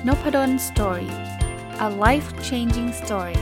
Nopadon Story. A life-changing story.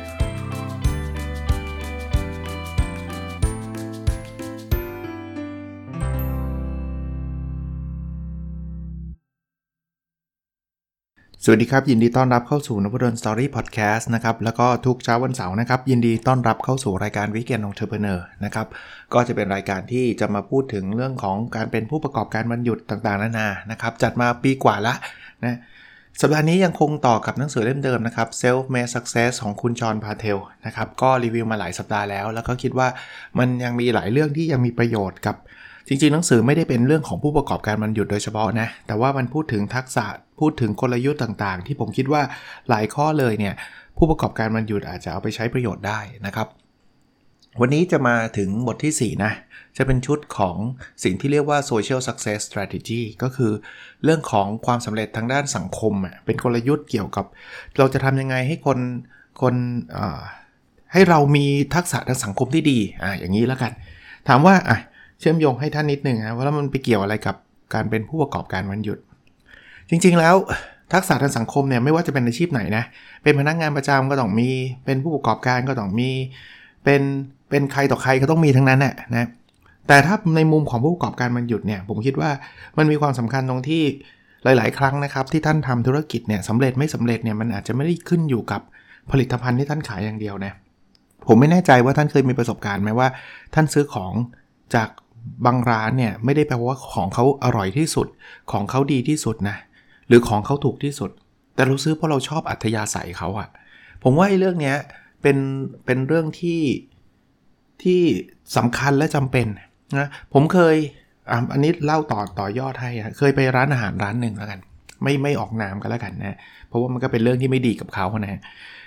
สวัสดีครับยินดีต้อนรับเข้าสู่นพดลสตอรี่พอดแคสต์นะครับแล้วก็ทุกเช้าวันเสาร์นะครับยินดีต้อนรับเข้าสู่รายการ Weekend Entrepreneur นะครับก็จะเป็นรายการที่จะมาพูดถึงเรื่องของการเป็นผู้ประกอบการวันหยุดต่างๆนานานะครับจัดมาปีกว่าละนะสัปดาห์นี้ยังคงต่อกับหนังสือเล่มเดิมนะครับ Self-Made Success ของคุณจอห์น พาเทลนะครับก็รีวิวมาหลายสัปดาห์แล้วก็คิดว่ามันยังมีหลายเรื่องที่ยังมีประโยชน์กับจริงๆหนังสือไม่ได้เป็นเรื่องของผู้ประกอบการวันหยุดโดยเฉพาะนะแต่ว่ามันพูดถึงทักษะพูดถึงกลยุทธ์ต่างๆที่ผมคิดว่าหลายข้อเลยเนี่ยผู้ประกอบการวันหยุดอาจจะเอาไปใช้ประโยชน์ได้นะครับวันนี้จะมาถึงบทที่4นะจะเป็นชุดของสิ่งที่เรียกว่า Social Success Strategy ก็คือเรื่องของความสำเร็จทางด้านสังคมเป็นกลยุทธ์เกี่ยวกับเราจะทำยังไงให้คนให้เรามีทักษะทางสังคมที่ดีอย่างนี้แล้วกันถามว่าเชื่อมโยงให้ท่านนิดนึงนะว่ามันไปเกี่ยวอะไรกับการเป็นผู้ประกอบการวันหยุดจริงๆแล้วทักษะทางสังคมเนี่ยไม่ว่าจะเป็นอาชีพไหนนะเป็นพนักงานประจำก็ต้องมีเป็นผู้ประกอบการก็ต้องมีเป็นใครต่อใครก็ต้องมีทั้งนั้นนะแต่ถ้าในมุมของผู้ประกอบการวันหยุดเนี่ยผมคิดว่ามันมีความสำคัญตรงที่หลายๆครั้งนะครับที่ท่านทำธุรกิจเนี่ยสำเร็จไม่สำเร็จเนี่ยมันอาจจะไม่ได้ขึ้นอยู่กับผลิตภัณฑ์ที่ท่านขายอย่างเดียวนะผมไม่แน่ใจว่าท่านเคยมีประสบการณ์ไหมว่าท่านซื้อของจากบางร้านเนี่ยไม่ได้แปลว่าของเขาอร่อยที่สุดของเขาดีที่สุดนะหรือของเขาถูกที่สุดแต่เราซื้อเพราะเราชอบอัธยาศัยเขาผมว่าไอ้เรื่องนี้เป็นเรื่องที่สำคัญและจำเป็นนะผมเคยอันนี้เล่าต่อยอดให้เคยไปร้านอาหารร้านหนึ่งแล้วกันไม่ออกนามกันแล้วกันนะเพราะว่ามันก็เป็นเรื่องที่ไม่ดีกับเขานะ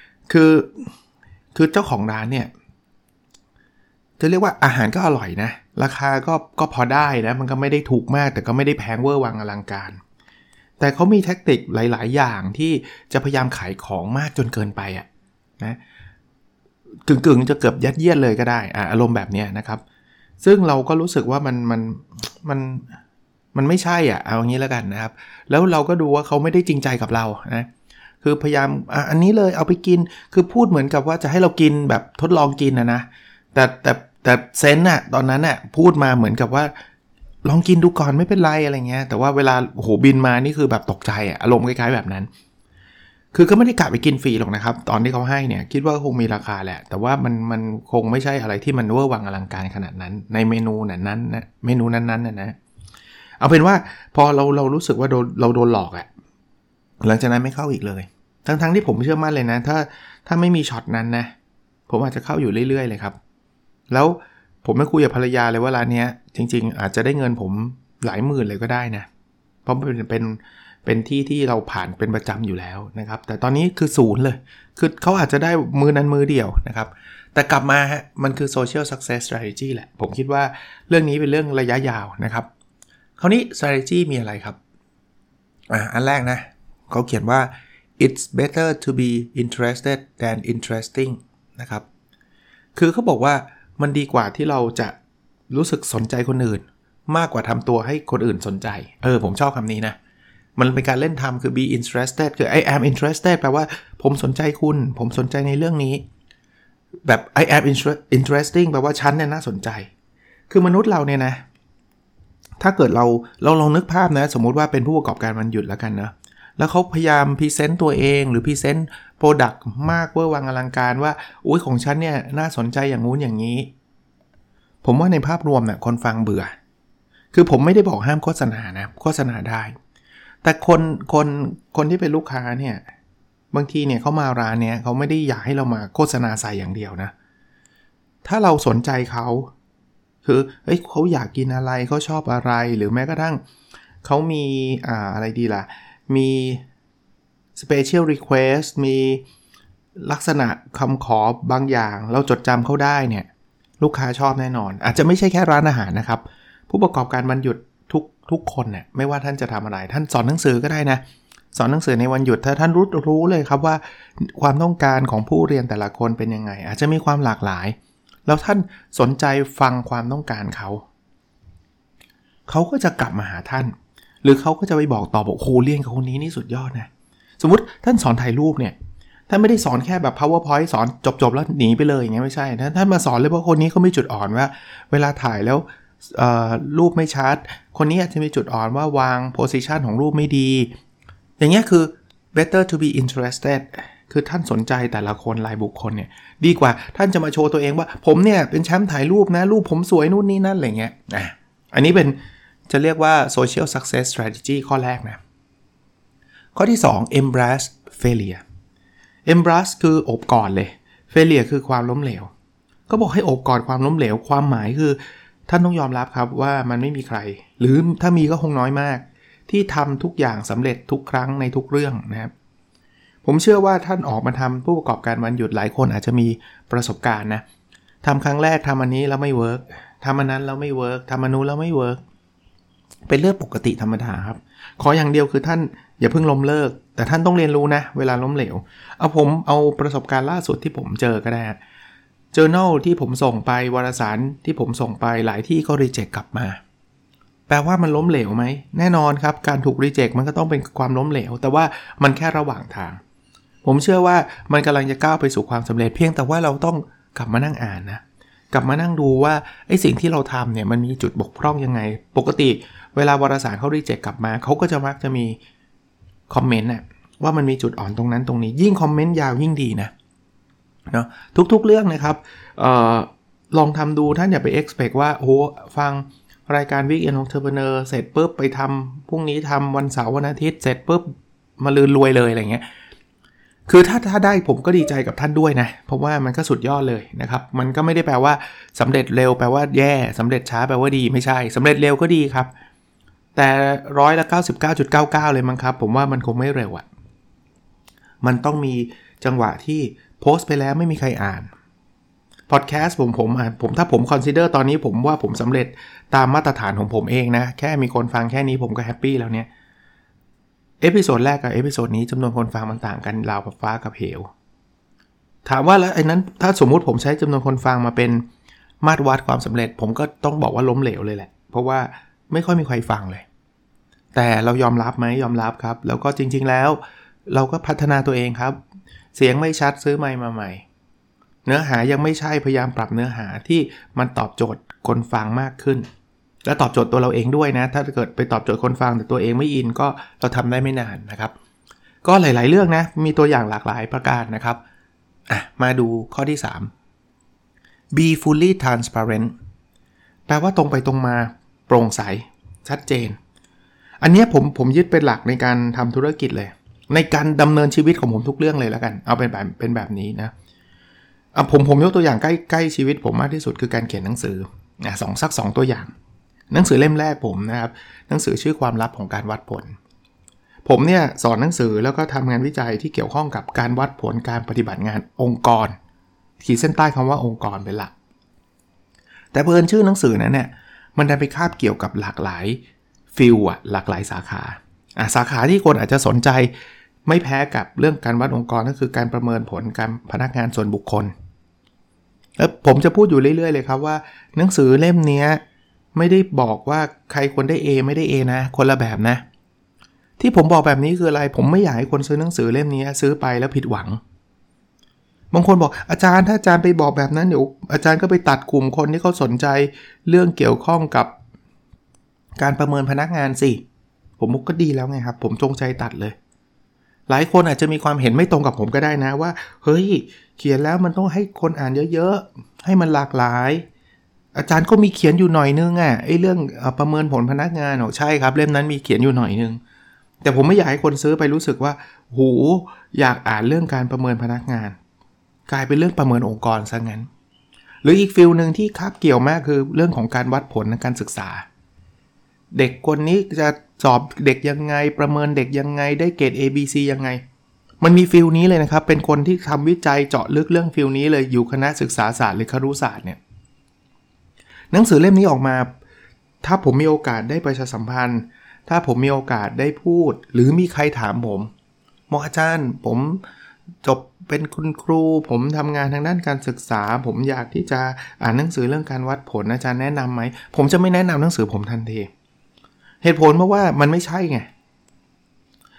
คือเจ้าของร้านเนี่ยจะเรียกว่าอาหารก็อร่อยนะราคาก็พอได้นะมันก็ไม่ได้ถูกมากแต่ก็ไม่ได้แพงเวอร์วังอลังการแต่เขามีแทคนิคหลายๆอย่างที่จะพยายามขายของมากจนเกินไปนะกึ่งจะเกือบยัดเยียดเลยก็ได้อารมณ์แบบนี้นะครับซึ่งเราก็รู้สึกว่ามันไม่ใช่เอาอย่างนี้แล้วกันนะครับแล้วเราก็ดูว่าเขาไม่ได้จริงใจกับเรานะคือพยายามอันนี้เลยเอาไปกินคือพูดเหมือนกับว่าจะให้เรากินแบบทดลองกินนะแต่เซนส์ตอนนั้นพูดมาเหมือนกับว่าลองกินดูก่อนไม่เป็นไรอะไรเงี้ยแต่ว่าเวลาบินมานี่คือแบบตกใจอารมณ์คล้ายๆแบบนั้นคือก็ไม่ได้กะไปกินฟรีหรอกนะครับตอนที่เขาให้เนี่ยคิดว่าคงมีราคาแหละแต่ว่ามันคงไม่ใช่อะไรที่มันเวอร์วังอลังการขนาดนั้นในเมนูนั้นนะเมนูนั้นนะเอาเป็นว่าพอเรารู้สึกว่าเราโดนหลอกหลังจากนั้นไม่เข้าอีกเลยทั้งที่ผมเชื่อมั่นเลยนะถ้าไม่มีช็อตนั้นนะผมอาจจะเข้าอยู่เรื่อยๆเลยครับแล้วผมไม่คุยกับภรรยาเลยว่าร้านนี้จริงๆอาจจะได้เงินผมหลายหมื่นเลยก็ได้นะเพราะเป็นที่เราผ่านเป็นประจำอยู่แล้วนะครับแต่ตอนนี้คือศูนย์เลยคือเขาอาจจะได้มือนั้นมือเดียวนะครับแต่กลับมามันคือ social success strategy แหละผมคิดว่าเรื่องนี้เป็นเรื่องระยะยาวนะครับคราวนี้ strategy มีอะไรครับอันแรกนะเขาเขียนว่า it's better to be interested than interesting นะครับคือเขาบอกว่ามันดีกว่าที่เราจะรู้สึกสนใจคนอื่นมากกว่าทำตัวให้คนอื่นสนใจผมชอบคำนี้นะมันเป็นการเล่นทำคือ be interested คือ I am interested แปลว่าผมสนใจคุณผมสนใจในเรื่องนี้แบบ I am interesting แปลว่าฉันเนี่ยน่าสนใจคือมนุษย์เราเนี่ยนะถ้าเกิดเราลองนึกภาพนะสมมุติว่าเป็นผู้ประกอบการวันหยุดแล้วกันนะแล้วเขาพยายามพรีเซนต์ตัวเองหรือพรีเซนต์โปรดักต์มากเวอร์วังอลังการว่าอุ๊ยของฉันเนี่ยน่าสนใจอย่างงู้นอย่างนี้ผมว่าในภาพรวมเนี่ยคนฟังเบื่อคือผมไม่ได้บอกห้ามโฆษณานะโฆษณาได้แต่คนที่เป็นลูกค้าเนี่ยบางทีเนี่ยเขามาร้านเนี่ยเขาไม่ได้อยากให้เรามาโฆษณาใส่อย่างเดียวนะถ้าเราสนใจเขาคือเขาอยากกินอะไรเขาชอบอะไรหรือแม้กระทั่งเขามีอะไรดีล่ะมี special request มีลักษณะคำขอบางอย่างเราจดจำเขาได้เนี่ยลูกค้าชอบแน่นอนอาจจะไม่ใช่แค่ร้านอาหารนะครับผู้ประกอบการวันหยุดทุกคนเนี่ยไม่ว่าท่านจะทำอะไรท่านสอนหนังสือก็ได้นะสอนหนังสือในวันหยุดถ้าท่านรู้เลยครับว่าความต้องการของผู้เรียนแต่ละคนเป็นยังไงอาจจะมีความหลากหลายแล้วท่านสนใจฟังความต้องการเขาก็จะกลับมาหาท่านหรือเขาก็จะไปบอกต่อบอกโหเรียนกับคนนี้นี่สุดยอดนะสมมุติท่านสอนถ่ายรูปเนี่ยท่านไม่ได้สอนแค่แบบ PowerPoint สอนจบๆแล้วหนีไปเลยอย่างเงี้ยไม่ใช่นะท่านมาสอนเลยว่าคนนี้เขามีจุดอ่อนว่าเวลาถ่ายแล้วรูปไม่ชัดคนนี้อาจจะมีจุดอ่อนว่าวาง position ของรูปไม่ดีอย่างเงี้ยคือ better to be interested คือท่านสนใจแต่ละคนรายบุคคลเนี่ยดีกว่าท่านจะมาโชว์ตัวเองว่าผมเนี่ยเป็นแชมป์ถ่ายรูปนะรูปผมสวยนู่นนี่นั่นอะไรเงี้ยอันนี้เป็นจะเรียกว่า social success strategy ข้อแรกนะข้อที่2 embrace failure embrace คือโอบกอดเลย failure คือความล้มเหลวก็บอกให้โอบกอดความล้มเหลวความหมายคือท่านต้องยอมรับครับว่ามันไม่มีใครหรือถ้ามีก็คงน้อยมากที่ทำทุกอย่างสำเร็จทุกครั้งในทุกเรื่องนะครับผมเชื่อว่าท่านออกมาทำผู้ประกอบการวันหยุดหลายคนอาจจะมีประสบการณ์นะทำครั้งแรกทำอันนี้แล้วไม่เวิร์กทำอันนั้นแล้วไม่เวิร์กทำอันนู้นแล้วไม่เวิร์กเป็นเรื่องปกติธรรมดาครับขออย่างเดียวคือท่านอย่าเพิ่งล้มเลิกแต่ท่านต้องเรียนรู้นะเวลาล้มเหลวผมเอาประสบการณ์ล่าสุดที่ผมเจอก็ได้journal ที่ผมส่งไปวารสารที่ผมส่งไปหลายที่ก็รีเจ็คกลับมาแปลว่ามันล้มเหลวไหมแน่นอนครับการถูกรีเจ็คมันก็ต้องเป็นความล้มเหลวแต่ว่ามันแค่ระหว่างทางผมเชื่อว่ามันกำลังจะก้าวไปสู่ความสำเร็จเพียงแต่ว่าเราต้องกลับมานั่งอ่านนะกลับมานั่งดูว่าไอ้สิ่งที่เราทำเนี่ยมันมีจุดบกพร่องยังไงปกติเวลาวารสารเขารีเจ็คกลับมาเขาก็จะมักจะมีคอมเมนต์น่ะว่ามันมีจุดอ่อนตรงนั้นตรงนี้ยิ่งคอมเมนต์ยาวยิ่งดีนะเนาะทุกๆเรื่องนะครับลองทำดูท่านอย่าไป expect ว่าโอ้ฟังรายการ Weekend Entrepreneur เสร็จปุ๊บไปทำพรุ่งนี้ทำวันเสาร์วันอาทิตย์เสร็จปุ๊บมาลืนรวยเลยอะไรเงี้ยคือถ้าได้ผมก็ดีใจกับท่านด้วยนะเพราะว่ามันก็สุดยอดเลยนะครับมันก็ไม่ได้แปลว่าสำเร็จเร็วแปลว่าแย่สำเร็จช้าแปลว่าดีไม่ใช่สำเร็จเร็วก็ดีครับแต่99.99%เลยมั้งครับผมว่ามันคงไม่เร็วมันต้องมีจังหวะที่โพสต์ไปแล้วไม่มีใครอ่านพอดแคสต์ผมถ้าผมคอนซิเดอร์ตอนนี้ผมว่าผมสำเร็จตามมาตรฐานของผมเองนะแค่มีคนฟังแค่นี้ผมก็แฮปปี้แล้วเนี่ยเอพิโซดแรกกับเอพิโซดนี้จำนวนคนฟังมันต่างกันราวกับฟ้ากับเหวถามว่าแล้วไอ้นั้นถ้าสมมุติผมใช้จำนวนคนฟังมาเป็นมาตรวัดความสำเร็จผมก็ต้องบอกว่าล้มเหลวเลยแหละเพราะว่าไม่ค่อยมีใครฟังเลยแต่เรายอมรับไหมยอมรับครับแล้วก็จริงๆแล้วเราก็พัฒนาตัวเองครับเสียงไม่ชัดซื้อไมค์มาใหม่เนื้อหายังไม่ใช่พยายามปรับเนื้อหาที่มันตอบโจทย์คนฟังมากขึ้นและตอบโจทย์ตัวเราเองด้วยนะถ้าเกิดไปตอบโจทย์คนฟังแต่ตัวเองไม่อินก็เราทำได้ไม่นานนะครับก็หลายๆเรื่องนะมีตัวอย่างหลากหลายประการนะครับมาดูข้อที่3 be fully transparent แปลว่าตรงไปตรงมาโปร่งใสชัดเจนอันนี้ผมยึดเป็นหลักในการทำธุรกิจเลยในการดำเนินชีวิตของผมทุกเรื่องเลยแล้วกันเอาเป็นแบบนี้นะผมยกตัวอย่างใกล้ชีวิตผมมากที่สุดคือการเขียนหนังสือสัก 2ตัวอย่างหนังสือเล่มแรกผมนะครับหนังสือชื่อความลับของการวัดผลผมเนี่ยสอนหนังสือแล้วก็ทำงานวิจัยที่เกี่ยวข้องกับการวัดผลการปฏิบัติงานองค์กรขีดเส้นใต้คำว่าองค์กรเป็นหลักแต่เพิ่นชื่อหนังสือนั้นเนี่ยมันได้ไปคาบเกี่ยวกับหลากหลายฟิลหลากหลายสาขาสาขาที่คนอาจจะสนใจไม่แพ้กับเรื่องการวัดองค์กรก็คือการประเมินผลการพนักงานส่วนบุคคลแล้วผมจะพูดอยู่เรื่อยๆเลยครับว่าหนังสือเล่มนี้ไม่ได้บอกว่าใครควรได้ A ไม่ได้ A นะคนละแบบนะที่ผมบอกแบบนี้คืออะไรผมไม่อยากให้คนซื้อหนังสือเล่มนี้ซื้อไปแล้วผิดหวังบางคนบอกอาจารย์ถ้าอาจารย์ไปบอกแบบนั้นเดี๋ยวอาจารย์ก็ไปตัดกลุ่มคนที่เขาสนใจเรื่องเกี่ยวข้องกับการประเมินพนักงานสิผมก็ดีแล้วไงครับผมจงใจตัดเลยหลายคนอาจจะมีความเห็นไม่ตรงกับผมก็ได้นะว่าเฮ้ยเขียนแล้วมันต้องให้คนอ่านเยอะๆให้มันหลากหลายอาจารย์ก็มีเขียนอยู่หน่อยนึงไอ้เรื่องประเมินผลพนักงานใช่ครับเล่มนั้นมีเขียนอยู่หน่อยนึงแต่ผมไม่อยากให้คนซื้อไปรู้สึกว่าโหอยากอ่านเรื่องการประเมินพนักงานกลายเป็นเรื่องประเมินองค์กรซะงั้นหรืออีกฟิลนึงที่คาบเกี่ยวมากคือเรื่องของการวัดผลในการศึกษาเด็กคนนี้จะสอบเด็กยังไงประเมินเด็กยังไงได้เกรด ABC ยังไงมันมีฟิลนี้เลยนะครับเป็นคนที่ทำวิจัยเจาะลึกเรื่องฟิลนี้เลยอยู่คณะศึกษาศาสตร์หรือครุศาสตร์เนี่ยหนังสือเล่มนี้ออกมาถ้าผมมีโอกาสได้ประชาสัมพันธ์ถ้าผมมีโอกาสได้พูดหรือมีใครถามผมบอกอาจารย์ผมจบเป็นคุณครูผมทำงานทางด้านการศึกษาผมอยากที่จะอ่านหนังสือเรื่องการวัดผลอาจารย์แนะนำไหมผมจะไม่แนะนำหนังสือผมทันทีเหตุผลเพราะว่ามันไม่ใช่ไง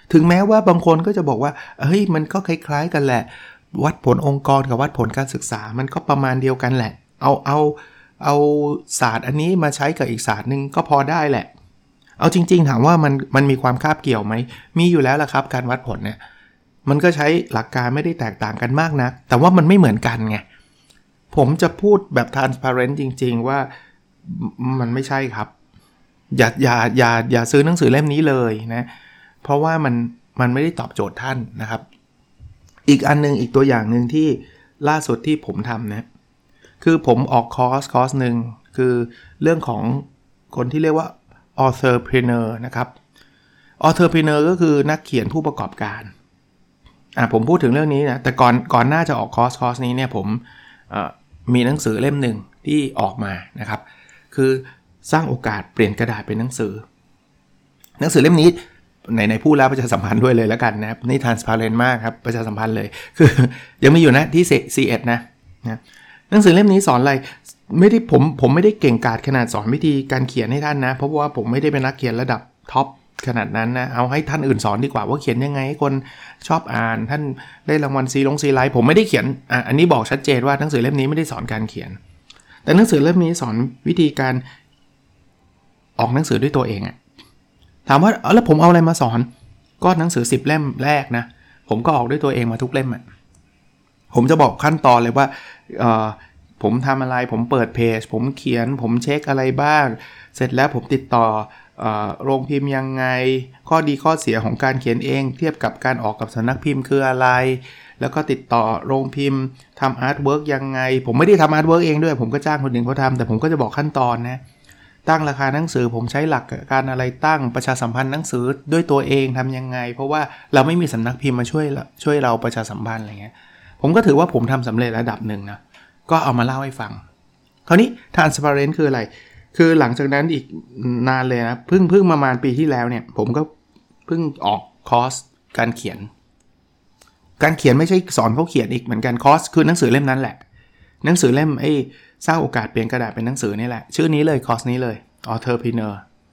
ถึงแม้ว่าบางคนก็จะบอกว่าเฮ้ยมันก็คล้ายๆกันแหละวัดผลองค์กรกับวัดผลการศึกษามันก็ประมาณเดียวกันแหละเอาศาสตร์อันนี้มาใช้กับอีกศาสตร์นึงก็พอได้แหละเอาจริงๆถามว่ามันมีความคาบเกี่ยวไหมมีอยู่แล้วล่ะครับการวัดผลเนี่ยมันก็ใช้หลักการไม่ได้แตกต่างกันมากนักแต่ว่ามันไม่เหมือนกันไงผมจะพูดแบบ transparent จริงๆว่ามันไม่ใช่ครับอย่าซื้อหนังสือเล่มนี้เลยนะเพราะว่ามันไม่ได้ตอบโจทย์ท่านนะครับอีกอันนึงอีกตัวอย่างนึงที่ล่าสุดที่ผมทำนะคือผมออกคอร์สนึงคือเรื่องของคนที่เรียกว่า authorpreneur นะครับ authorpreneur ก็คือนักเขียนผู้ประกอบการผมพูดถึงเรื่องนี้นะแต่ก่อนหน้าจะออกคอร์สนี้เนี่ยผมมีหนังสือเล่มหนึ่งที่ออกมานะครับคือสร้างโอกาสเปลี่ยนกระดาษเป็นหนังสือเล่มนี้ในพูดแล้วประชาสัมพันธ์ด้วยเลยแล้วกันนะครับนี่ transparent มากครับประชาสัมพันธ์เลยคือยังมีอยู่นะที่ C1 นะหนังสือเล่มนี้สอนอะไรไม่ได้ผมไม่ได้เก่งกาจขนาดสอนวิธีการเขียนให้ท่านนะเพราะว่าผมไม่ได้เป็นนักเขียนระดับท็อปขนาดนั้นนะเอาให้ท่านอื่นสอนดีกว่าว่าเขียนยังไงให้คนชอบอ่านท่านได้รางวัลซีไลท์ผมไม่ได้เขียนอันนี้บอกชัดเจนว่าหนังสือเล่มนี้ไม่ได้สอนการเขียนแต่หนังสือเล่มนี้สอนวิธีการออกหนังสือด้วยตัวเองถามว่าแล้วผมเอาอะไรมาสอนก็หนังสือ10เล่มแรกนะผมก็ออกด้วยตัวเองมาทุกเล่มผมจะบอกขั้นตอนเลยว่าผมทำอะไรผมเปิดเพจผมเขียนผมเช็คอะไรบ้างเสร็จแล้วผมติดต่อโรงพิมพ์ยังไงข้อดีข้อเสียของการเขียนเองเทียบกับการออกกับสำนักพิมพ์คืออะไรแล้วก็ติดต่อโรงพิมพ์ทำอาร์ตเวิร์กยังไงผมไม่ได้ทำอาร์ตเวิร์กเองด้วยผมก็จ้างคนอื่นเขาทำแต่ผมก็จะบอกขั้นตอนนะตั้งราคาหนังสือผมใช้หลักการอะไรตั้งประชาสัมพันธ์หนังสือด้วยตัวเองทำยังไงเพราะว่าเราไม่มีสำนักพิมพ์มาช่วยเราประชาสัมพันธ์อะไรเงี้ยผมก็ถือว่าผมทำสำเร็จระดับหนึ่งนะก็เอามาเล่าให้ฟังคราวนี้ transparent คืออะไรคือหลังจากนั้นอีกนานเลยนะเพิ่งประมาณปีที่แล้วเนี่ยผมก็เพิ่งออกคอร์สการเขียนไม่ใช่สอนเขาเขียนอีกเหมือนกันคอร์สคือหนังสือเล่มนั้นแหละหนังสือเล่มสร้างโอกาสเปลี่ยนกระดาษเป็นหนังสือนี่แหละชื่อนี้เลยคอร์สนี้เลย authorpreneur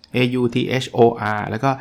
AUTHOR แล้วก็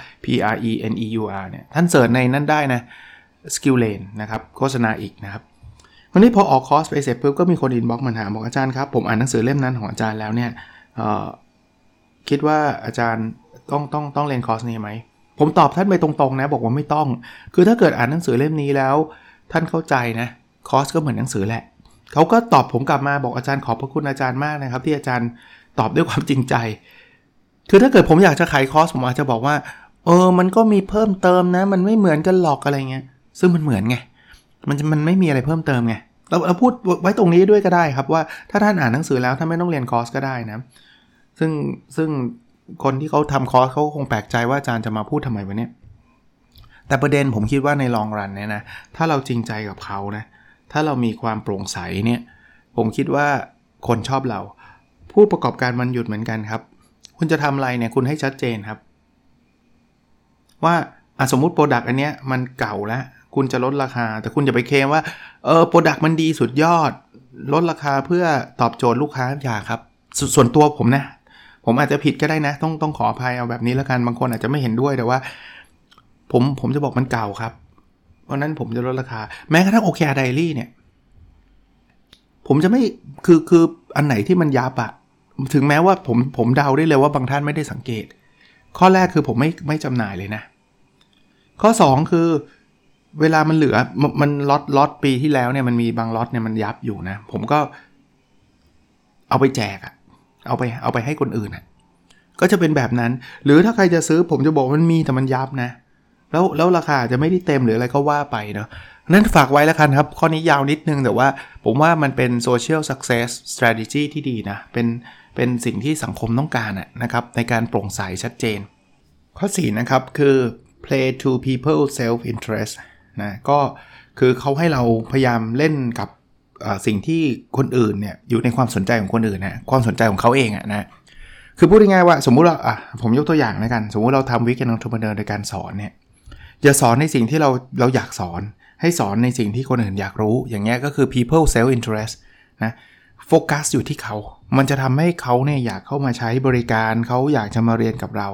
PRENEUR เนี่ยท่านเสิร์ชในนั้นได้นะ Skill Lane นะครับโฆษณาอีกนะครับวันนี้พอออกคอร์สไปเสร็จปุ๊บก็มีคนอินบ็อกซ์มาถามบอกอาจารย์ครับผมอ่านหนังสือเล่มนั้นของอาจารย์แล้วเนี่ยคิดว่าอาจารย์ต้องเรียนคอร์สนี้ไหมผมตอบท่านไปตรงๆนะบอกว่าไม่ต้องคือถ้าเกิดอ่านหนังสือเล่มนี้แล้วท่านเข้าใจนะคอร์สก็เหมือนหนังสือแหละเขาก็ตอบผมกลับมาบอกอาจารย์ขอบพระคุณอาจารย์มากนะครับที่อาจารย์ตอบด้วยความจริงใจคือถ้าเกิดผมอยากจะขายคอร์สผมอาจจะบอกว่ามันก็มีเพิ่มเติมนะมันไม่เหมือนกันหรอกอะไรเงี้ยซึ่งมันเหมือนไงมันไม่มีอะไรเพิ่มเติมไงเราพูดไว้ตรงนี้ด้วยก็ได้ครับว่าถ้าท่านอ่านหนังสือแล้วท่านไม่ต้องเรียนคอร์สก็ได้นะซึ่งคนที่เขาทำคอร์สเขาคงแปลกใจว่าอาจารย์จะมาพูดทำไมวะเนี่ยแต่ประเด็นผมคิดว่าในลองรันเนี่ยนะถ้าเราจริงใจกับเขานะถ้าเรามีความโปร่งใสเนี่ยผมคิดว่าคนชอบเราผู้ประกอบการวันหยุดเหมือนกันครับคุณจะทำอะไรเนี่ยคุณให้ชัดเจนครับว่าสมมุติโปรดักต์อันเนี้ยมันเก่าแล้วคุณจะลดราคาแต่คุณอย่าไปเคลมว่าโปรดักต์มันดีสุดยอดลดราคาเพื่อตอบโจทย์ลูกค้าอย่าครับส่วนตัวผมนะผมอาจจะผิดก็ได้นะต้องขออภัยเอาแบบนี้แล้วกันบางคนอาจจะไม่เห็นด้วยแต่ว่าผมจะบอกมันเก่าครับเพราะนั้นผมจะลดราคาแม้กระทั่ง OKR Diary เนี่ยผมจะไม่คืออันไหนที่มันยับถึงแม้ว่าผมเดาได้เลยว่าบางท่านไม่ได้สังเกตข้อแรกคือผมไม่จำหน่ายเลยนะข้อ2คือเวลามันเหลือมันล็อตปีที่แล้วเนี่ยมันมีบางล็อตเนี่ยมันยับอยู่นะผมก็เอาไปแจกเอาไปให้คนอื่นก็จะเป็นแบบนั้นหรือถ้าใครจะซื้อผมจะบอกมันมีแต่มันยับนะแล้วราคาจะไม่ได้เต็มหรืออะไรก็ว่าไปเนาะนั้นฝากไว้แล้วกันครับข้อนี้ยาวนิดนึงแต่ว่าผมว่ามันเป็น social success strategy ที่ดีนะเป็นสิ่งที่สังคมต้องการนะครับในการโปร่งใสชัดเจนข้อ4นะครับคือ play to people self interest นะก็คือเขาให้เราพยายามเล่นกับสิ่งที่คนอื่นเนี่ยอยู่ในความสนใจของคนอื่นนะความสนใจของเขาเองนะคือพูดง่ายๆว่าสมมุติเราผมยกตัวอย่างแล้วกันสมมุติเราทำ Weekend Entrepreneur โดยการสอนเนี่ยอย่าสอนในสิ่งที่เราอยากสอนให้สอนในสิ่งที่คนอื่นอยากรู้อย่างเงี้ยก็คือ people self interest นะโฟกัสอยู่ที่เขามันจะทำให้เขาเนี่ยอยากเข้ามาใช้บริการเขาอยากจะมาเรียนกับเรา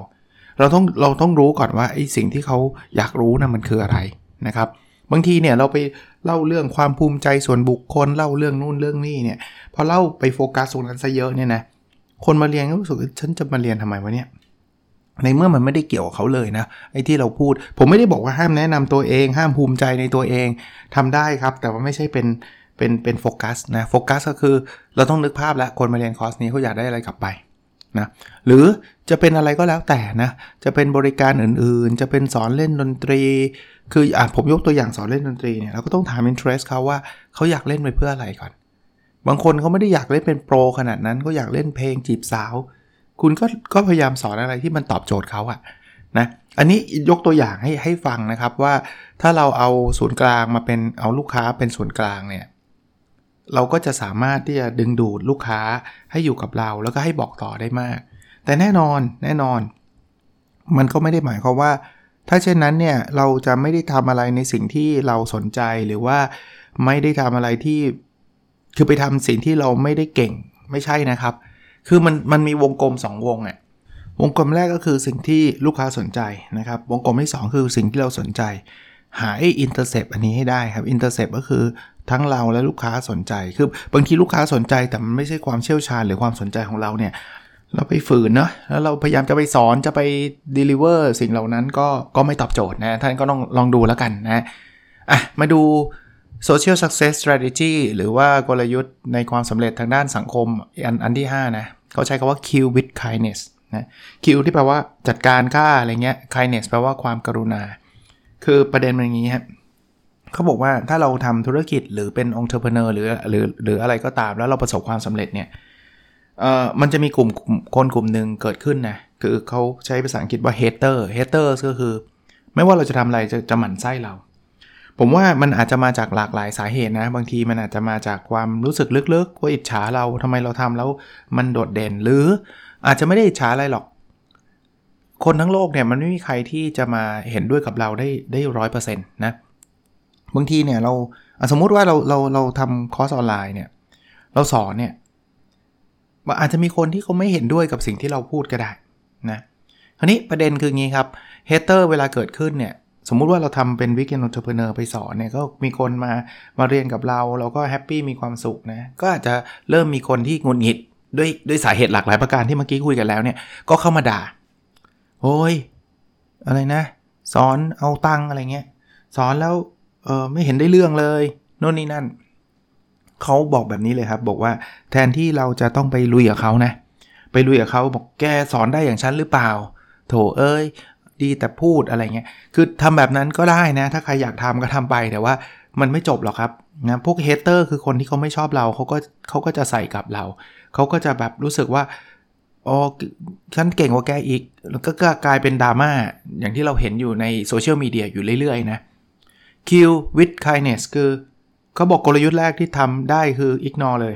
เราต้องรู้ก่อนว่าไอ้สิ่งที่เขาอยากรู้นะมันคืออะไรนะครับบางทีเนี่ยเราไปเล่าเรื่องความภูมิใจส่วนบุคคลเล่าเรื่องนู่นเรื่องนี่เนี่ยพอเล่าไปโฟกัสตรงนั้นซะเยอะเนี่ยนะคนมาเรียนก็รู้สึกฉันจะมาเรียนทำไมวะเนี่ยในเมื่อมันไม่ได้เกี่ยวกับเขาเลยนะไอ้ที่เราพูดผมไม่ได้บอกว่าห้ามแนะนำตัวเองห้ามภูมิใจในตัวเองทำได้ครับแต่ว่าไม่ใช่เป็นโฟกัสนะโฟกัสก็คือเราต้องนึกภาพแล้วคนมาเรียนคอร์สนี้เขาอยากได้อะไรกลับไปนะหรือจะเป็นอะไรก็แล้วแต่นะจะเป็นบริการอื่นๆจะเป็นสอนเล่นดนตรีคือผมยกตัวอย่างสอนเล่นดนตรีเนี่ยเราก็ต้องถาม interest เขาว่าเขาอยากเล่นไปเพื่ออะไรก่อนบางคนเขาไม่ได้อยากเล่นเป็นโปรขนาดนั้นเขาอยากเล่นเพลงจีบสาวคุณก็พยายามสอนอะไรที่มันตอบโจทย์เขาอะนะอันนี้ยกตัวอย่างให้ฟังนะครับว่าถ้าเราเอาศูนย์กลางมาเป็นเอาลูกค้าเป็นศูนย์กลางเนี่ยเราก็จะสามารถที่จะดึงดูดลูกค้าให้อยู่กับเราแล้วก็ให้บอกต่อได้มากแต่แน่นอนมันก็ไม่ได้หมายความว่าถ้าเช่นนั้นเนี่ยเราจะไม่ได้ทำอะไรในสิ่งที่เราสนใจหรือว่าไม่ได้ทำอะไรที่คือไปทำสิ่งที่เราไม่ได้เก่งไม่ใช่นะครับคือมันมีวงกลม2วงอ่ะวงกลมแรกก็คือสิ่งที่ลูกค้าสนใจนะครับวงกลมที่2คือสิ่งที่เราสนใจหาไอ้อินเตอร์เซปอันนี้ให้ได้ครับอินเตอร์เซปก็คือทั้งเราและลูกค้าสนใจคือบางทีลูกค้าสนใจแต่มันไม่ใช่ความเชี่ยวชาญหรือความสนใจของเราเนี่ยเราไปฝืนเนาะแล้วเราพยายามจะไปสอนจะไป deliver สิ่งเหล่านั้นก็ไม่ตอบโจทย์นะท่านก็ลองดูแล้วกันนะมาดู social success strategy หรือว่ากลยุทธ์ในความสำเร็จทางด้านสังคมอันที่5นะเขาใช้คำว่า kill with kindness นะ kill ที่แปลว่าจัดการฆ่าอะไรเงี้ย kindness แปลว่าความกรุณาคือประเด็นมันอย่างนี้ครับเขาบอกว่าถ้าเราทำธุรกิจหรือเป็น entrepreneur หรืออะไรก็ตามแล้วเราประสบความสำเร็จเนี่ยมันจะมีกลุ่มคนหนึ่งเกิดขึ้นนะคือเขาใช้ภาษาอังกฤษว่า haters ก็คือไม่ว่าเราจะทำอะไรจะหมั่นไส้เราผมว่ามันอาจจะมาจากหลากหลายสาเหตุนะบางทีมันอาจจะมาจากความรู้สึกลึกๆว่าอิจฉาเราทำไมเราทำแล้วมันโดดเด่นหรืออาจจะไม่ได้อิจฉาอะไรหรอกคนทั้งโลกเนี่ยมันไม่มีใครที่จะมาเห็นด้วยกับเราได้ 100% นะบางทีเนี่ยเราสมมุติว่าเราทำคอร์สออนไลน์เนี่ยเราสอนเนี่ยอาจจะมีคนที่เขาไม่เห็นด้วยกับสิ่งที่เราพูดก็ได้นะคราวนี้ประเด็นคืองี้ครับเฮเตอร์เวลาเกิดขึ้นเนี่ยสมมุติว่าเราทำเป็น Weekend Entrepreneur ไปสอนเนี่ยก็มีคนมาเรียนกับเราก็แฮปปี้มีความสุขนะก็อาจจะเริ่มมีคนที่หงุดหงิดด้วยสาเหตุหลากหลายประการที่เมื่อกี้คุยกันแล้วเนี่ยก็เข้ามาด่าโอ้ยอะไรนะสอนเอาตังค์อะไรเงี้ยสอนแล้วไม่เห็นได้เรื่องเลยโน่นนี่นั่นเขาบอกแบบนี้เลยครับบอกว่าแทนที่เราจะต้องไปลุยกับเขานะไปลุยกับเขาบอกแกสอนได้อย่างฉันหรือเปล่าโถเอ้ยดีแต่พูดอะไรเงี้ยคือทำแบบนั้นก็ได้นะถ้าใครอยากทำก็ทำไปแต่ว่ามันไม่จบหรอกครับนะพวกเฮเตอร์คือคนที่เขาไม่ชอบเราเขาก็จะใส่กับเราเขาก็จะแบบรู้สึกว่าอ๋อฉันเก่งกว่าแกอีกแล้วก็กลายเป็นดราม่าอย่างที่เราเห็นอยู่ในโซเชียลมีเดียอยู่เรื่อยๆนะ kill with kindness คือเขาบอกกลยุทธ์แรกที่ทำได้คือ ignore เลย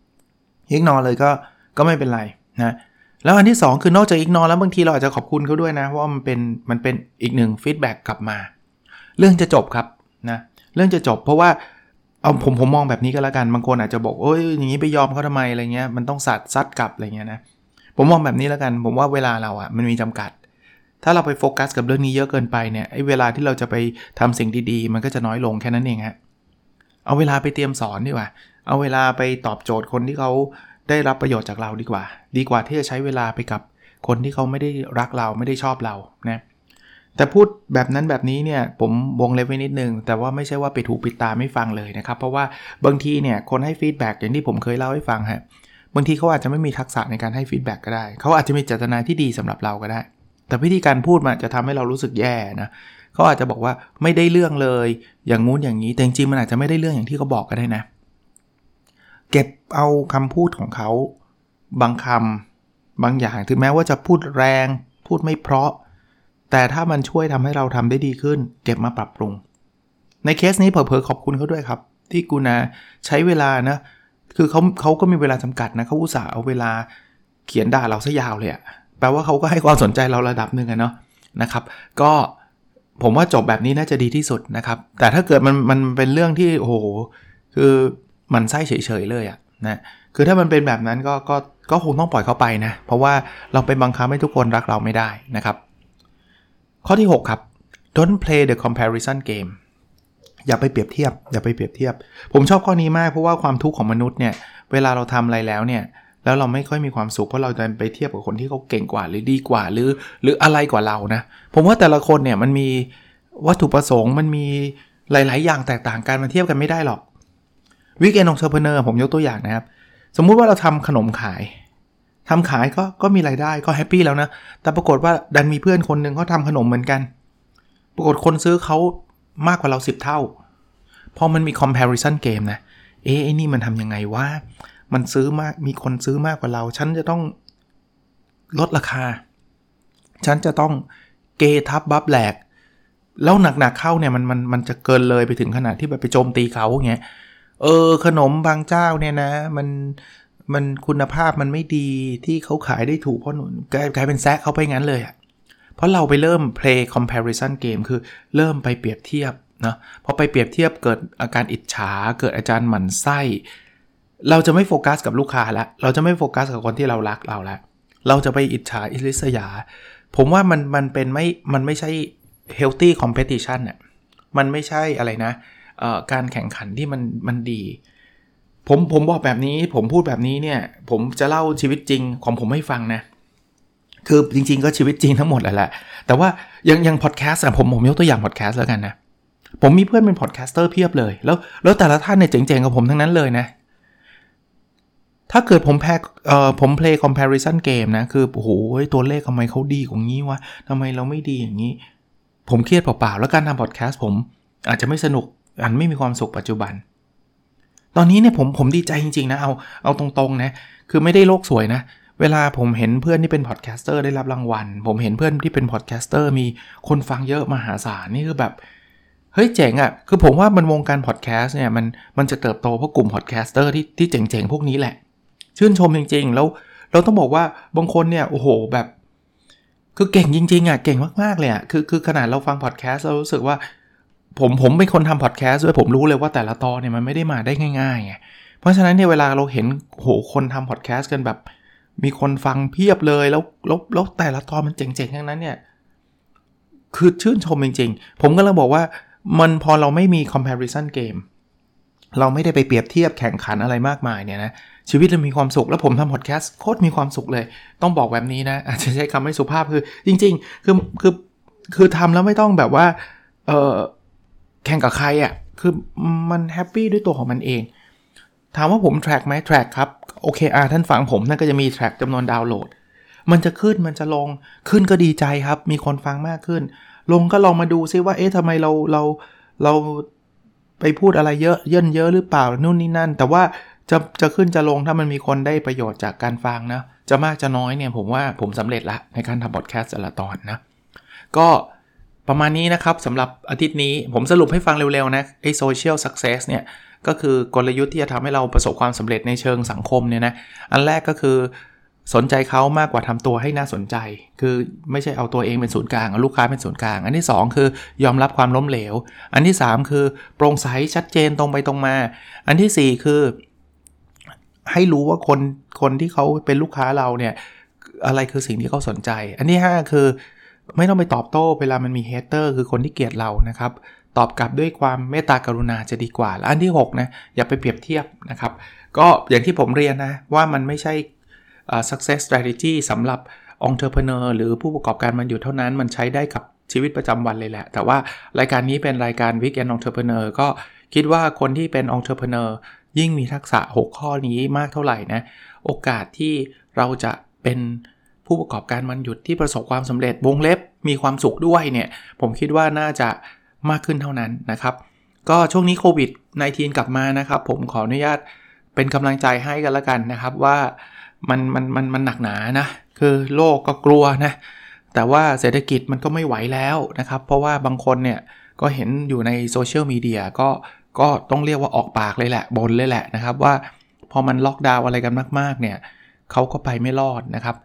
ก็ไม่เป็นไรนะแล้วอันที่2คือนอกจาก ignore แล้วบางทีเราอาจจะขอบคุณเขาด้วยนะเพราะว่ามันเป็นอีกหนึ่ง feedback กลับมาเรื่องจะจบครับนะเรื่องจะจบเพราะว่าเอาผมมองแบบนี้ก็แล้วกันบางคนอาจจะบอกโอ้ยอย่างนี้ไปยอมเขาทำไมอะไรเงี้ยมันต้องซัดกลับอะไรเงี้ยนะผมมองแบบนี้แล้วกันผมว่าเวลาเรามันมีจำกัดถ้าเราไปโฟกัสกับเรื่องนี้เยอะเกินไปเนี่ยไอ้เวลาที่เราจะไปทำสิ่งดีๆมันก็จะน้อยลงแค่นั้นเองฮะเอาเวลาไปเตรียมสอนดีกว่าเอาเวลาไปตอบโจทย์คนที่เขาได้รับประโยชน์จากเราดีกว่าที่จะใช้เวลาไปกับคนที่เขาไม่ได้รักเราไม่ได้ชอบเรานะแต่พูดแบบนั้นแบบนี้เนี่ยผมวงเล็บไว้นิดนึงแต่ว่าไม่ใช่ว่าไปถูปิดตาไม่ฟังเลยนะครับเพราะว่าบางทีเนี่ยคนให้ฟีดแบ็กอย่างที่ผมเคยเล่าให้ฟังฮะบางทีเขาอาจจะไม่มีทักษะในการให้ฟีดแบ็กก็ได้เขาอาจจะมีเจตนาที่ดีสำหรับเราก็ได้แต่วิธีการพูดมันจะทำให้เรารู้สึกแย่นะเขาอาจจะบอกว่าไม่ได้เรื่องเลยอย่างงู้นอย่างนี้แต่จริงๆมันอาจจะไม่ได้เรื่องอย่างที่เขาบอกก็ได้นะเก็บเอาคำพูดของเขาบางคำบางอย่างถึงแม้ว่าจะพูดแรงพูดไม่เพราะแต่ถ้ามันช่วยทำให้เราทำได้ดีขึ้นเก็บมาปรับปรุงในเคสนี้เผลอๆขอบคุณเขาด้วยครับที่กูนะใช้เวลานะคือเขาก็มีเวลาจำกัดนะเขาอุตส่าห์เอาเวลาเขียนด่าเราซะยาวเลยอะแปลว่าเขาก็ให้ความสนใจเราระดับนึงอะเนาะนะครับก็ผมว่าจบแบบนี้น่าจะดีที่สุดนะครับแต่ถ้าเกิดมันเป็นเรื่องที่โอ้โหคือมันไส้เฉยๆเลยอะนะคือถ้ามันเป็นแบบนั้นก็คงต้องปล่อยเขาไปนะเพราะว่าเราไปบังคับให้ทุกคนรักเราไม่ได้นะครับข้อที่6ครับ don't play the comparison game อย่าไปเปรียบเทียบผมชอบข้อนี้มากเพราะว่าความทุกข์ของมนุษย์เนี่ยเวลาเราทำอะไรแล้วเนี่ยแล้วเราไม่ค่อยมีความสุขเพราะเราจะไปเทียบกับคนที่เขาเก่งกว่าหรือดีกว่าหรืออะไรกว่าเรานะผมว่าแต่ละคนเนี่ยมันมีวัตถุประสงค์มันมีหลายๆอย่างแตกต่างกันมันเทียบกันไม่ได้หรอกWeekend Entrepreneur ผมยกตัวอย่างนะครับสมมุติว่าเราทำขนมขายก็มีรายได้ก็แฮปปี้แล้วนะแต่ปรากฏว่าดันมีเพื่อนคนนึงเขาทำขนมเหมือนกันปรากฏคนซื้อเขามากกว่าเรา10เท่าพอมันมี comparison game นะไอ้นี่มันทำยังไงวะมันซื้อมากมีคนซื้อมากกว่าเราฉันจะต้องลดราคาฉันจะต้องเกทับบัฟแหลกแล้วหนักๆเข้าเนี่ยมันจะเกินเลยไปถึงขนาดที่แบบไปโจมตีเขาอย่างเงี้ยขนมบางเจ้าเนี่ยนะมันคุณภาพมันไม่ดีที่เขาขายได้ถูกเพราะกลายเป็นแซะเขาไปงั้นเลยอ่ะเพราะเราไปเริ่ม play comparison game คือเริ่มไปเปรียบเทียบนะพอไปเปรียบเทียบเกิดอาการอิจฉาเกิดอาการหมั่นไส้เราจะไม่โฟกัสกับลูกค้าแล้วเราจะไม่โฟกัสกับคนที่เรารักเราแล้วเราจะไปอิจฉาอิริษยาผมว่ามันไม่ใช่ healthy competition น่ะมันไม่ใช่อะไรนะการแข่งขันที่มันดีผมบอกแบบนี้ผมพูดแบบนี้เนี่ยผมจะเล่าชีวิตจริงของผมให้ฟังนะคือจริงๆก็ชีวิตจริงทั้งหมดแหละแต่ว่ายังพอดแคสต์อะผมยกตัวอย่างพอดแคสต์แล้วกันนะผมมีเพื่อนเป็นพอดแคสเตอร์เพียบเลยแล้วแต่ละท่านเนี่ยเจ๋งๆกับผมทั้งนั้นเลยนะถ้าเกิดผมplay comparison game นะคือโอ้โหตัวเลขทำไมเขาดีกว่างี้วะทำไมเราไม่ดีอย่างนี้ผมเครียดเปล่าๆแล้วการทำพอดแคสต์ผมอาจจะไม่สนุกไม่มีความสุขปัจจุบันตอนนี้เนี่ยผมดีใจจริงๆนะเอาตรงๆนะคือไม่ได้โลกสวยนะเวลาผมเห็นเพื่อนที่เป็นพอดแคสเตอร์ได้รับรางวัลผมเห็นเพื่อนที่เป็นพอดแคสเตอร์มีคนฟังเยอะมหาศาลนี่คือแบบเฮ้ยเจ๋งอ่ะคือผมว่ามันวงการพอดแคสต์เนี่ยมันจะเติบโตเพราะกลุ่มพอดแคสเตอร์ที่เจ๋งๆพวกนี้แหละชื่นชมจริงๆแล้วเราต้องบอกว่าบางคนเนี่ยโอ้โหแบบคือเก่งจริงๆอ่ะเก่งมากๆเลยอ่ะคือขนาดเราฟังพอดแคสต์เรารู้สึกว่าผมเป็นคนทำพอดแคสต์ด้วยผมรู้เลยว่าแต่ละตอนเนี่ยมันไม่ได้มาได้ง่ายๆไงเพราะฉะนั้นเนี่ยเวลาเราเห็นโหคนทำพอดแคสต์กันแบบมีคนฟังเพียบเลยแล้วแต่ละตอนมันเจ๋งๆทั้งนั้นเนี่ยคือชื่นชมจริงๆผมก็เลยบอกว่ามันพอเราไม่มี comparison game เราไม่ได้ไปเปรียบเทียบแข่งขันอะไรมากมายเนี่ยนะชีวิตเรามีความสุขแล้วผมทำพอดแคสต์โคตรมีความสุขเลยต้องบอกแบบนี้นะอาจจะใช้คำไม่สุภาพคือจริงๆคือทำแล้วไม่ต้องแบบว่าแข่งกับใครอ่ะคือมันแฮปปี้ด้วยตัวของมันเองถามว่าผม track ไหม track ครับโอเคท่านฟังผมนั่นก็จะมี track จำนวนดาวน์โหลดมันจะขึ้นมันจะลงขึ้นก็ดีใจครับมีคนฟังมากขึ้นลงก็ลองมาดูซิว่าทำไมเราไปพูดอะไรเยอะหรือเปล่านู่นนี่นั่นแต่ว่าจะขึ้นจะลงถ้ามันมีคนได้ประโยชน์จากการฟังนะจะมากจะน้อยเนี่ยผมว่าผมสำเร็จละในการทำพอดแคสต์แต่ละตอนนะก็ประมาณนี้นะครับสำหรับอาทิตย์นี้ผมสรุปให้ฟังเร็วๆนะไอ้ social success เนี่ยก็คือกลยุทธ์ที่จะทำให้เราประสบความสำเร็จในเชิงสังคมเนี่ยนะอันแรกก็คือสนใจเขามากกว่าทำตัวให้น่าสนใจคือไม่ใช่เอาตัวเองเป็นศูนย์กลางเอาลูกค้าเป็นศูนย์กลางอันที่2คือยอมรับความล้มเหลวอันที่3คือโปร่งใสชัดเจนตรงไปตรงมาอันที่4คือให้รู้ว่าคนที่เขาเป็นลูกค้าเราเนี่ยอะไรคือสิ่งที่เขาสนใจอันที่5คือไม่ต้องไปตอบโต้เวลามันมีเฮเตอร์คือคนที่เกลียดเรานะครับตอบกลับด้วยความเมตตากรุณาจะดีกว่าและอันที่6นะอย่าไปเปรียบเทียบนะครับก็อย่างที่ผมเรียนนะว่ามันไม่ใช่success strategy สำหรับ entrepreneur หรือผู้ประกอบการมันอยู่เท่านั้นมันใช้ได้กับชีวิตประจำวันเลยแหละแต่ว่ารายการนี้เป็นรายการ Weekend Entrepreneur ก็คิดว่าคนที่เป็น entrepreneur ยิ่งมีทักษะ6ข้อนี้มากเท่าไหร่นะโอกาสที่เราจะเป็นผู้ประกอบการวันหยุดที่ประสบความสำเร็จวงเล็บมีความสุขด้วยเนี่ยผมคิดว่าน่าจะมากขึ้นเท่านั้นนะครับก็ช่วงนี้โควิด -19 กลับมานะครับผมขออนุญาตเป็นกำลังใจให้กันละกันนะครับว่ามันหนักหนานะคือโลกก็กลัวนะแต่ว่าเศรษฐกิจมันก็ไม่ไหวแล้วนะครับเพราะว่าบางคนเนี่ยก็เห็นอยู่ในโซเชียลมีเดียก็ต้องเรียกว่าออกปากเลยแหละบ่นเลยแหละนะครับว่าพอมันล็อกดาวน์อะไรกันมากๆเนี่ยเขาก็ไปไม่รอดนะครับ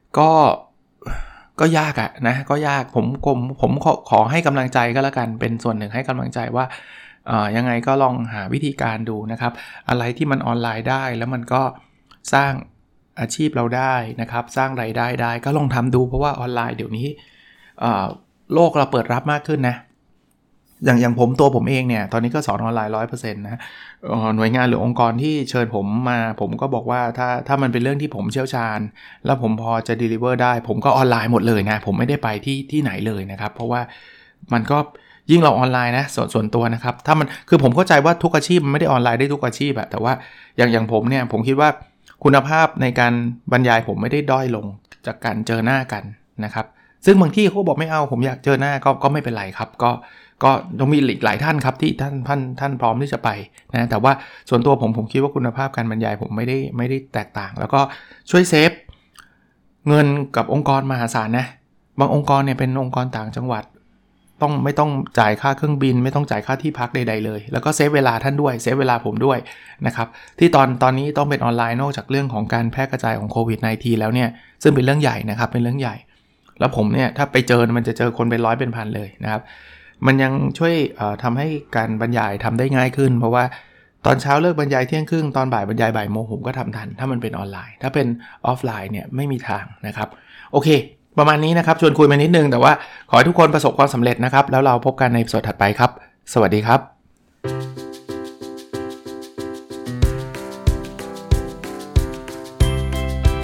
ก็ยากอะนะก็ยากผมขอให้กำลังใจก็แล้วกันเป็นส่วนหนึ่งให้กำลังใจว่ายังไงก็ลองหาวิธีการดูนะครับอะไรที่มันออนไลน์ได้แล้วมันก็สร้างอาชีพเราได้นะครับสร้างรายได้ได้ก็ลองทำดูเพราะว่าออนไลน์เดี๋ยวนี้โลกเราเปิดรับมากขึ้นนะอย่างตัวผมเองเนี่ยตอนนี้ก็สอนออนไลน์ 100% นะหน่วยงานหรือองค์กรที่เชิญผมมาผมก็บอกว่าถ้ามันเป็นเรื่องที่ผมเชี่ยวชาญแล้วผมพอจะ deliver ได้ผมก็ออนไลน์หมดเลยนะผมไม่ได้ไปที่ไหนเลยนะครับเพราะว่ามันก็ยิ่งเราออนไลน์นะส่วนตัวนะครับถ้ามันคือผมเข้าใจว่าทุกอาชีพมันไม่ได้ออนไลน์ได้ทุกอาชีพอะแต่ว่าอย่างผมเนี่ยผมคิดว่าคุณภาพในการบรรยายผมไม่ได้ด้อยลงจากการเจอหน้ากันนะครับซึ่งบางที่เขาบอกไม่เอาผมอยากเจอหน้าก็ไม่เป็นไรครับก็ต้องมีหลายท่านครับที่ท่านพร้อมที่จะไปนะแต่ว่าส่วนตัวผมคิดว่าคุณภาพการบรรยายผมไม่ได้แตกต่างแล้วก็ช่วยเซฟเงินกับองค์กรมหาศาลนะบางองค์กรเนี่ยเป็นองค์กรต่างจังหวัดไม่ต้องจ่ายค่าเครื่องบินไม่ต้องจ่ายค่าที่พักใดๆเลยแล้วก็เซฟเวลาท่านด้วยเซฟเวลาผมด้วยนะครับที่ตอนนี้ต้องเป็นออนไลน์นอกจากเรื่องของการแพร่กระจายของโควิด -19 แล้วเนี่ยซึ่งเป็นเรื่องใหญ่นะครับเป็นเรื่องใหญ่แล้วผมเนี่ยถ้าไปเจอมันจะเจอคนเป็นร้อยเป็นพันเลยนะครับมันยังช่วยทำให้การบรรยายทำได้ง่ายขึ้นเพราะว่าตอนเช้าเลิกบรรยายเที่ยงครึ่งตอนบ่ายบรรยายบ่ายโมงผมก็ทำทันถ้ามันเป็นออนไลน์ถ้าเป็นออฟไลน์เนี่ยไม่มีทางนะครับโอเคประมาณนี้นะครับชวนคุยมานิดนึงแต่ว่าขอให้ทุกคนประสบความสำเร็จนะครับแล้วเราพบกันในสดถัดไปครับสวัสดีครับ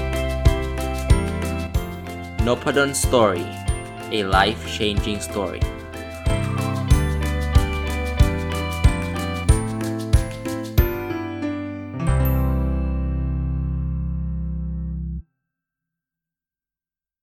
Nopadon Story, a life-changing story.